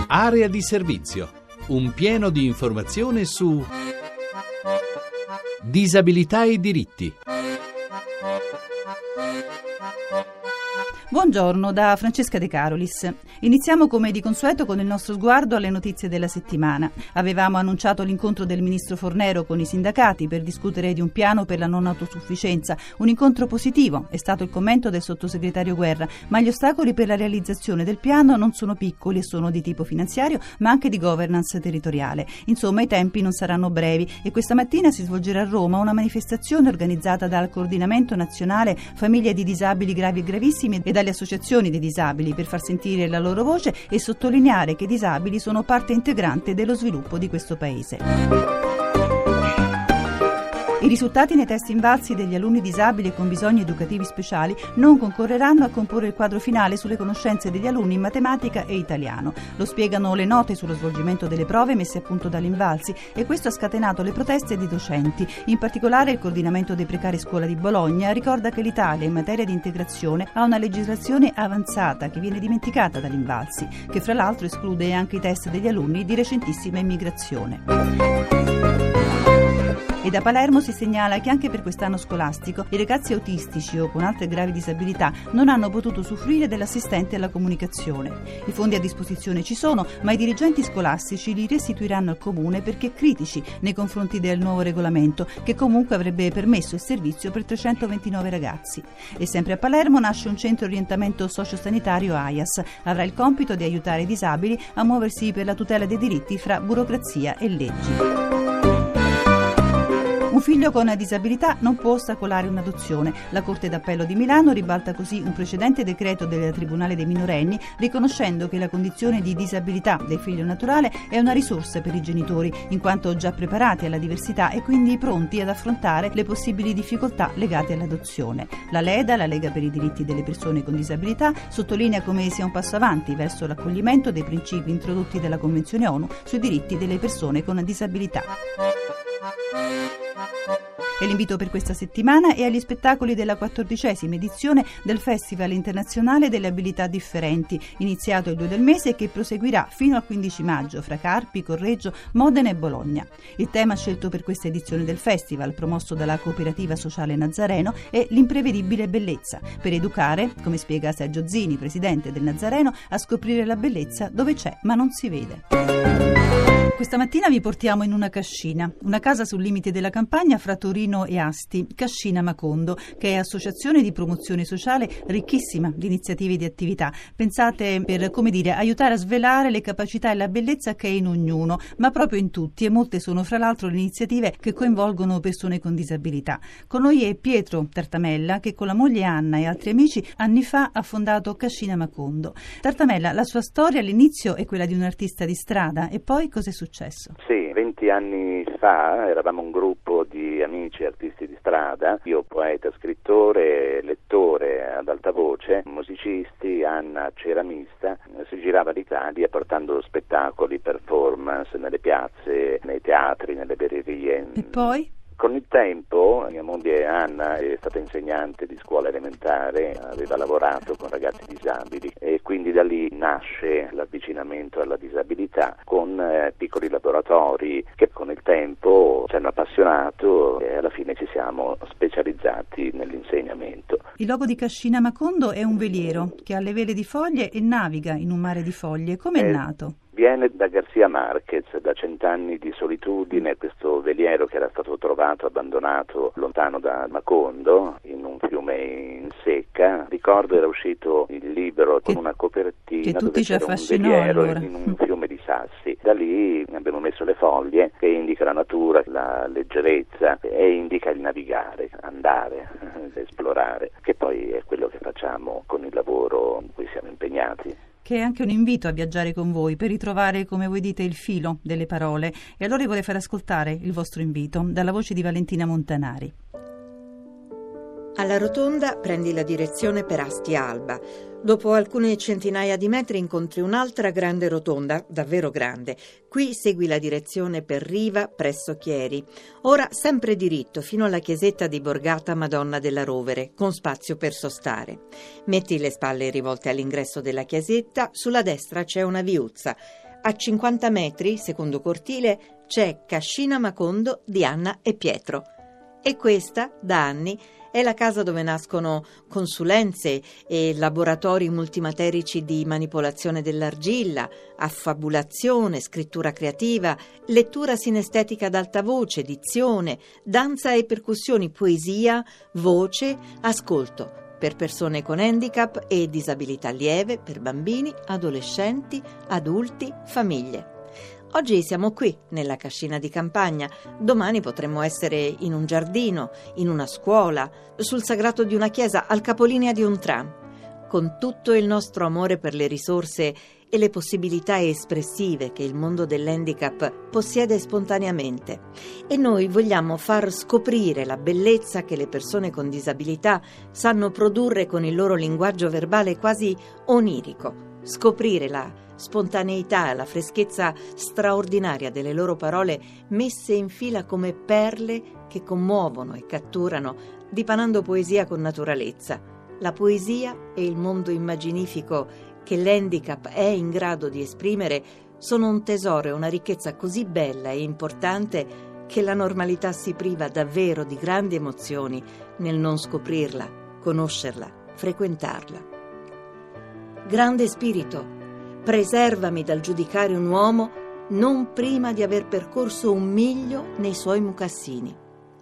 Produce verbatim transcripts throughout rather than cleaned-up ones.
Area di servizio, un pieno di informazione su disabilità e diritti. Buongiorno da Francesca De Carolis. Iniziamo come di consueto con il nostro sguardo alle notizie della settimana. Avevamo annunciato l'incontro del ministro Fornero con i sindacati per discutere di un piano per la non autosufficienza. Un incontro positivo, è stato il commento del sottosegretario Guerra, ma gli ostacoli per la realizzazione del piano non sono piccoli e sono di tipo finanziario, ma anche di governance territoriale. Insomma, i tempi non saranno brevi e questa mattina si svolgerà a Roma una manifestazione organizzata dal Coordinamento Nazionale Famiglie di Disabili Gravi e Gravissimi e dalle associazioni dei disabili per far sentire la loro voce e sottolineare che i disabili sono parte integrante dello sviluppo di questo paese. I risultati nei test invalsi degli alunni disabili e con bisogni educativi speciali non concorreranno a comporre il quadro finale sulle conoscenze degli alunni in matematica e italiano. Lo spiegano le note sullo svolgimento delle prove messe a punto dall'Invalsi e questo ha scatenato le proteste di docenti. In particolare il coordinamento dei precari scuola di Bologna ricorda che l'Italia in materia di integrazione ha una legislazione avanzata che viene dimenticata dall'Invalsi, che fra l'altro esclude anche i test degli alunni di recentissima immigrazione. E da Palermo si segnala che anche per quest'anno scolastico i ragazzi autistici o con altre gravi disabilità non hanno potuto usufruire dell'assistente alla comunicazione. I fondi a disposizione ci sono, ma i dirigenti scolastici li restituiranno al comune perché critici nei confronti del nuovo regolamento, che comunque avrebbe permesso il servizio per trecentoventinove ragazzi. E sempre a Palermo nasce un centro orientamento sociosanitario A I A S. Avrà il compito di aiutare i disabili a muoversi per la tutela dei diritti fra burocrazia e leggi. Un figlio con disabilità non può ostacolare un'adozione. La Corte d'Appello di Milano ribalta così un precedente decreto del Tribunale dei minorenni, riconoscendo che la condizione di disabilità del figlio naturale è una risorsa per i genitori, in quanto già preparati alla diversità e quindi pronti ad affrontare le possibili difficoltà legate all'adozione. La LEDA, la Lega per i diritti delle persone con disabilità, sottolinea come sia un passo avanti verso l'accoglimento dei principi introdotti dalla Convenzione ONU sui diritti delle persone con disabilità. E l'invito per questa settimana è agli spettacoli della quattordicesima edizione del Festival Internazionale delle Abilità Differenti, iniziato il due del mese e che proseguirà fino al quindici maggio fra Carpi, Correggio, Modena e Bologna. Il tema scelto per questa edizione del festival, promosso dalla Cooperativa Sociale Nazareno, è l'imprevedibile bellezza, per educare, come spiega Sergio Zini, presidente del Nazareno, a scoprire la bellezza dove c'è ma non si vede. Questa mattina vi portiamo in una cascina, una casa sul limite della campagna fra Torino e Asti, Cascina Macondo, che è associazione di promozione sociale ricchissima di iniziative e di attività, pensate per, come dire, aiutare a svelare le capacità e la bellezza che è in ognuno, ma proprio in tutti, e molte sono fra l'altro le iniziative che coinvolgono persone con disabilità. Con noi è Pietro Tartamella, che con la moglie Anna e altri amici anni fa ha fondato Cascina Macondo. Tartamella, la sua storia all'inizio è quella di un artista di strada, e poi cos'è successo? Sì, venti anni fa eravamo un gruppo di amici artisti di strada, io poeta, scrittore, lettore ad alta voce, musicisti, Anna ceramista, si girava l'Italia portando spettacoli, performance nelle piazze, nei teatri, nelle librerie. E poi? Con il tempo mia moglie Anna è stata insegnante di scuola elementare, aveva lavorato con ragazzi disabili e quindi da lì nasce l'avvicinamento alla disabilità con eh, piccoli laboratori che con il tempo ci hanno appassionato e alla fine ci siamo specializzati nell'insegnamento. Il logo di Cascina Macondo è un veliero che ha le vele di foglie e naviga in un mare di foglie. Come è eh, nato? Viene da Garcia Marquez, da Cent'anni di solitudine, questo veliero che era stato trovato abbandonato lontano da Macondo, in un fiume in secca. Ricordo era uscito il libro con che, una copertina che dove c'era un veliero allora. in un fiume di sassi. Da lì abbiamo messo le foglie che indica la natura, la leggerezza e indica il navigare, andare, esplorare, che poi è quello che facciamo con il lavoro in cui siamo impegnati. Che è anche un invito a viaggiare con voi per ritrovare, come voi dite, il filo delle parole. E allora vorrei far ascoltare il vostro invito dalla voce di Valentina Montanari. Alla rotonda prendi la direzione per Asti Alba. Dopo alcune centinaia di metri incontri un'altra grande rotonda, davvero grande. Qui segui la direzione per Riva, presso Chieri. Ora sempre diritto fino alla chiesetta di Borgata Madonna della Rovere, con spazio per sostare. Metti le spalle rivolte all'ingresso della chiesetta, sulla destra c'è una viuzza. A cinquanta metri, secondo cortile, c'è Cascina Macondo di Anna e Pietro. E questa, da anni, è la casa dove nascono consulenze e laboratori multimaterici di manipolazione dell'argilla, affabulazione, scrittura creativa, lettura sinestetica ad alta voce, dizione, danza e percussioni, poesia, voce, ascolto, per persone con handicap e disabilità lieve, per bambini, adolescenti, adulti, famiglie. Oggi siamo qui, nella cascina di campagna, domani potremmo essere in un giardino, in una scuola, sul sagrato di una chiesa, al capolinea di un tram, con tutto il nostro amore per le risorse e le possibilità espressive che il mondo dell'handicap possiede spontaneamente. E noi vogliamo far scoprire la bellezza che le persone con disabilità sanno produrre con il loro linguaggio verbale quasi onirico, scoprire la spontaneità e la freschezza straordinaria delle loro parole messe in fila come perle che commuovono e catturano, dipanando poesia con naturalezza. La poesia e il mondo immaginifico che l'handicap è in grado di esprimere sono un tesoro e una ricchezza così bella e importante che la normalità si priva davvero di grandi emozioni nel non scoprirla, conoscerla, frequentarla. Grande spirito, preservami dal giudicare un uomo non prima di aver percorso un miglio nei suoi mucassini.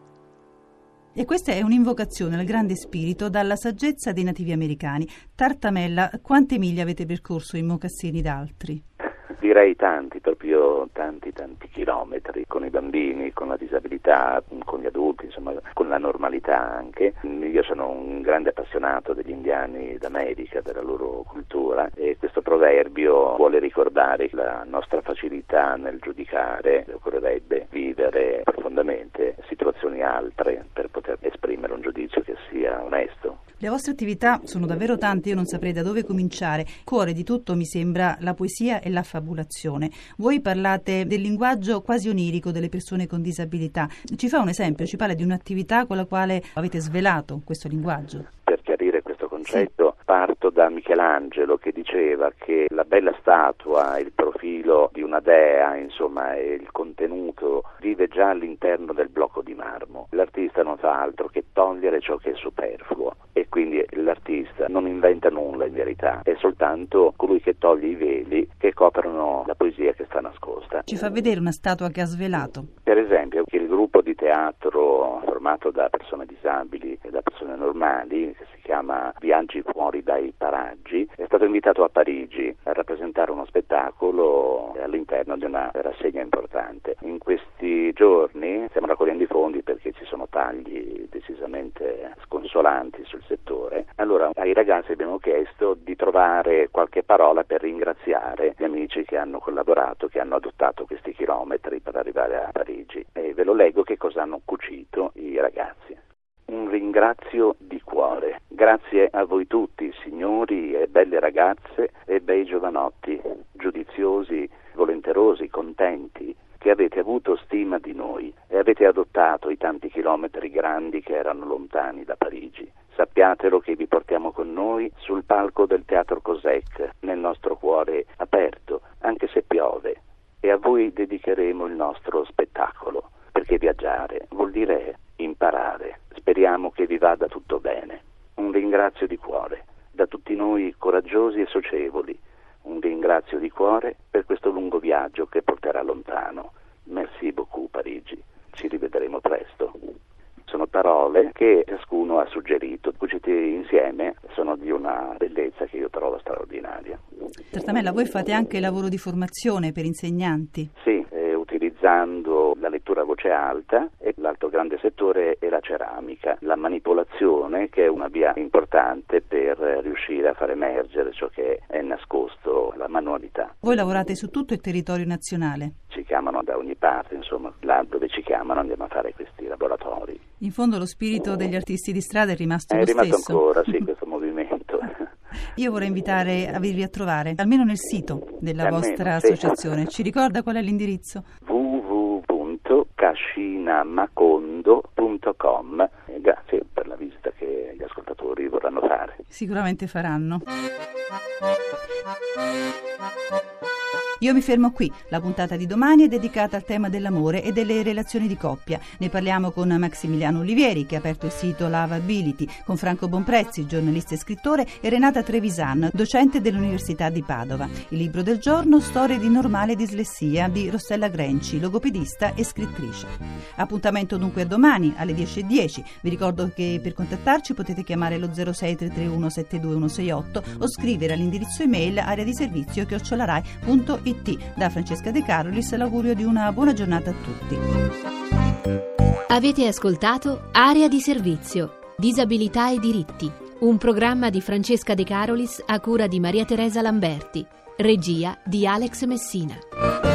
E questa è un'invocazione al grande spirito dalla saggezza dei nativi americani. Tartamella, quante miglia avete percorso in mocassini d'altri? Direi tanti, proprio tanti tanti chilometri, con i bambini, con la disabilità, con gli adulti, insomma con la normalità anche. Io sono un grande appassionato degli indiani d'America, della loro cultura, e questo proverbio vuole ricordare la nostra facilità nel giudicare. Occorrerebbe vivere profondamente situazioni altre per poter esprimere un giudizio che sia onesto. Le vostre attività sono davvero tante, io non saprei da dove cominciare. Cuore di tutto mi sembra la poesia e l'affabulazione. Voi parlate del linguaggio quasi onirico delle persone con disabilità. Ci fa un esempio, ci parla di un'attività con la quale avete svelato questo linguaggio? Per chiarire questo concetto, sì, parto da Michelangelo, che diceva che la bella statua, il profilo di una dea, insomma, e il contenuto vive già all'interno del blocco di marmo. L'artista non fa altro che togliere ciò che è superfluo, e quindi l'artista non inventa nulla in verità, è soltanto colui che toglie i veli che coprono la poesia che sta nascosta. Ci fa vedere una statua che ha svelato? Per esempio, che il gruppo di teatro formato da persone disabili e da persone normali, che si chiama Viaggi fuori dai paraggi, è stato invitato a Parigi a rappresentare uno spettacolo all'interno di una rassegna importante. In questi giorni stiamo raccogliendo i fondi perché ci sono tagli decisamente sconsolanti sul settore. Allora ai ragazzi abbiamo chiesto di trovare qualche parola per ringraziare gli amici che hanno collaborato, che hanno adottato questi chilometri per arrivare a Parigi, e ve lo leggo che cosa hanno cucito i ragazzi. Un ringrazio di cuore. Grazie a voi tutti, signori e belle ragazze e bei giovanotti, giudiziosi, volenterosi, contenti, che avete avuto stima di noi e avete adottato i tanti chilometri grandi che erano lontani da Parigi. Sappiatelo che vi portiamo con noi sul palco del Teatro Cosec, nel nostro cuore aperto, anche se piove, e a voi dedicheremo il nostro spettacolo, perché viaggiare vuol dire imparare. Speriamo che vi vada tutto bene. Un ringrazio di cuore da tutti noi coraggiosi e socievoli. Un ringrazio di cuore per questo lungo viaggio che porterà lontano. Merci beaucoup Parigi. Ci rivedremo presto. Sono parole che ciascuno ha suggerito, cucite insieme, sono di una bellezza che io trovo straordinaria. Tartamella, voi fate anche lavoro di formazione per insegnanti? Sì, eh, utilizzando la lettura a voce alta, e l'altro grande settore è la ceramica, la manipolazione, che è una via importante per riuscire a far emergere ciò che è nascosto, la manualità. Voi lavorate su tutto il territorio nazionale? Ci chiamano da ogni parte, insomma, là dove ci chiamano andiamo a fare questi laboratori. In fondo lo spirito degli artisti di strada è rimasto è lo rimasto stesso? ancora, sì, questo movimento. Io vorrei invitare a venirvi a trovare, almeno nel sito della almeno, vostra sì. associazione. Ci ricorda qual è l'indirizzo? w w w punto cascinamacondo punto com. Grazie per la visita che gli ascoltatori vorranno fare. Sicuramente faranno. Io mi fermo qui, la puntata di domani è dedicata al tema dell'amore e delle relazioni di coppia. Ne parliamo con Maximiliano Olivieri, che ha aperto il sito Lovability, con Franco Bonprezzi, giornalista e scrittore, e Renata Trevisan, docente dell'Università di Padova. Il libro del giorno, Storie di normale dislessia, di Rossella Grenci, logopedista e scrittrice. Appuntamento dunque a domani alle dieci e dieci. Vi ricordo che per contattarci potete chiamare lo zero sei tre tre uno sette due uno sei otto o scrivere all'indirizzo email area di servizio chiocciolarai punto it. Da Francesca De Carolis l'augurio di una buona giornata a tutti. Avete ascoltato Area di Servizio, Disabilità e Diritti, un programma di Francesca De Carolis a cura di Maria Teresa Lamberti, regia di Alex Messina.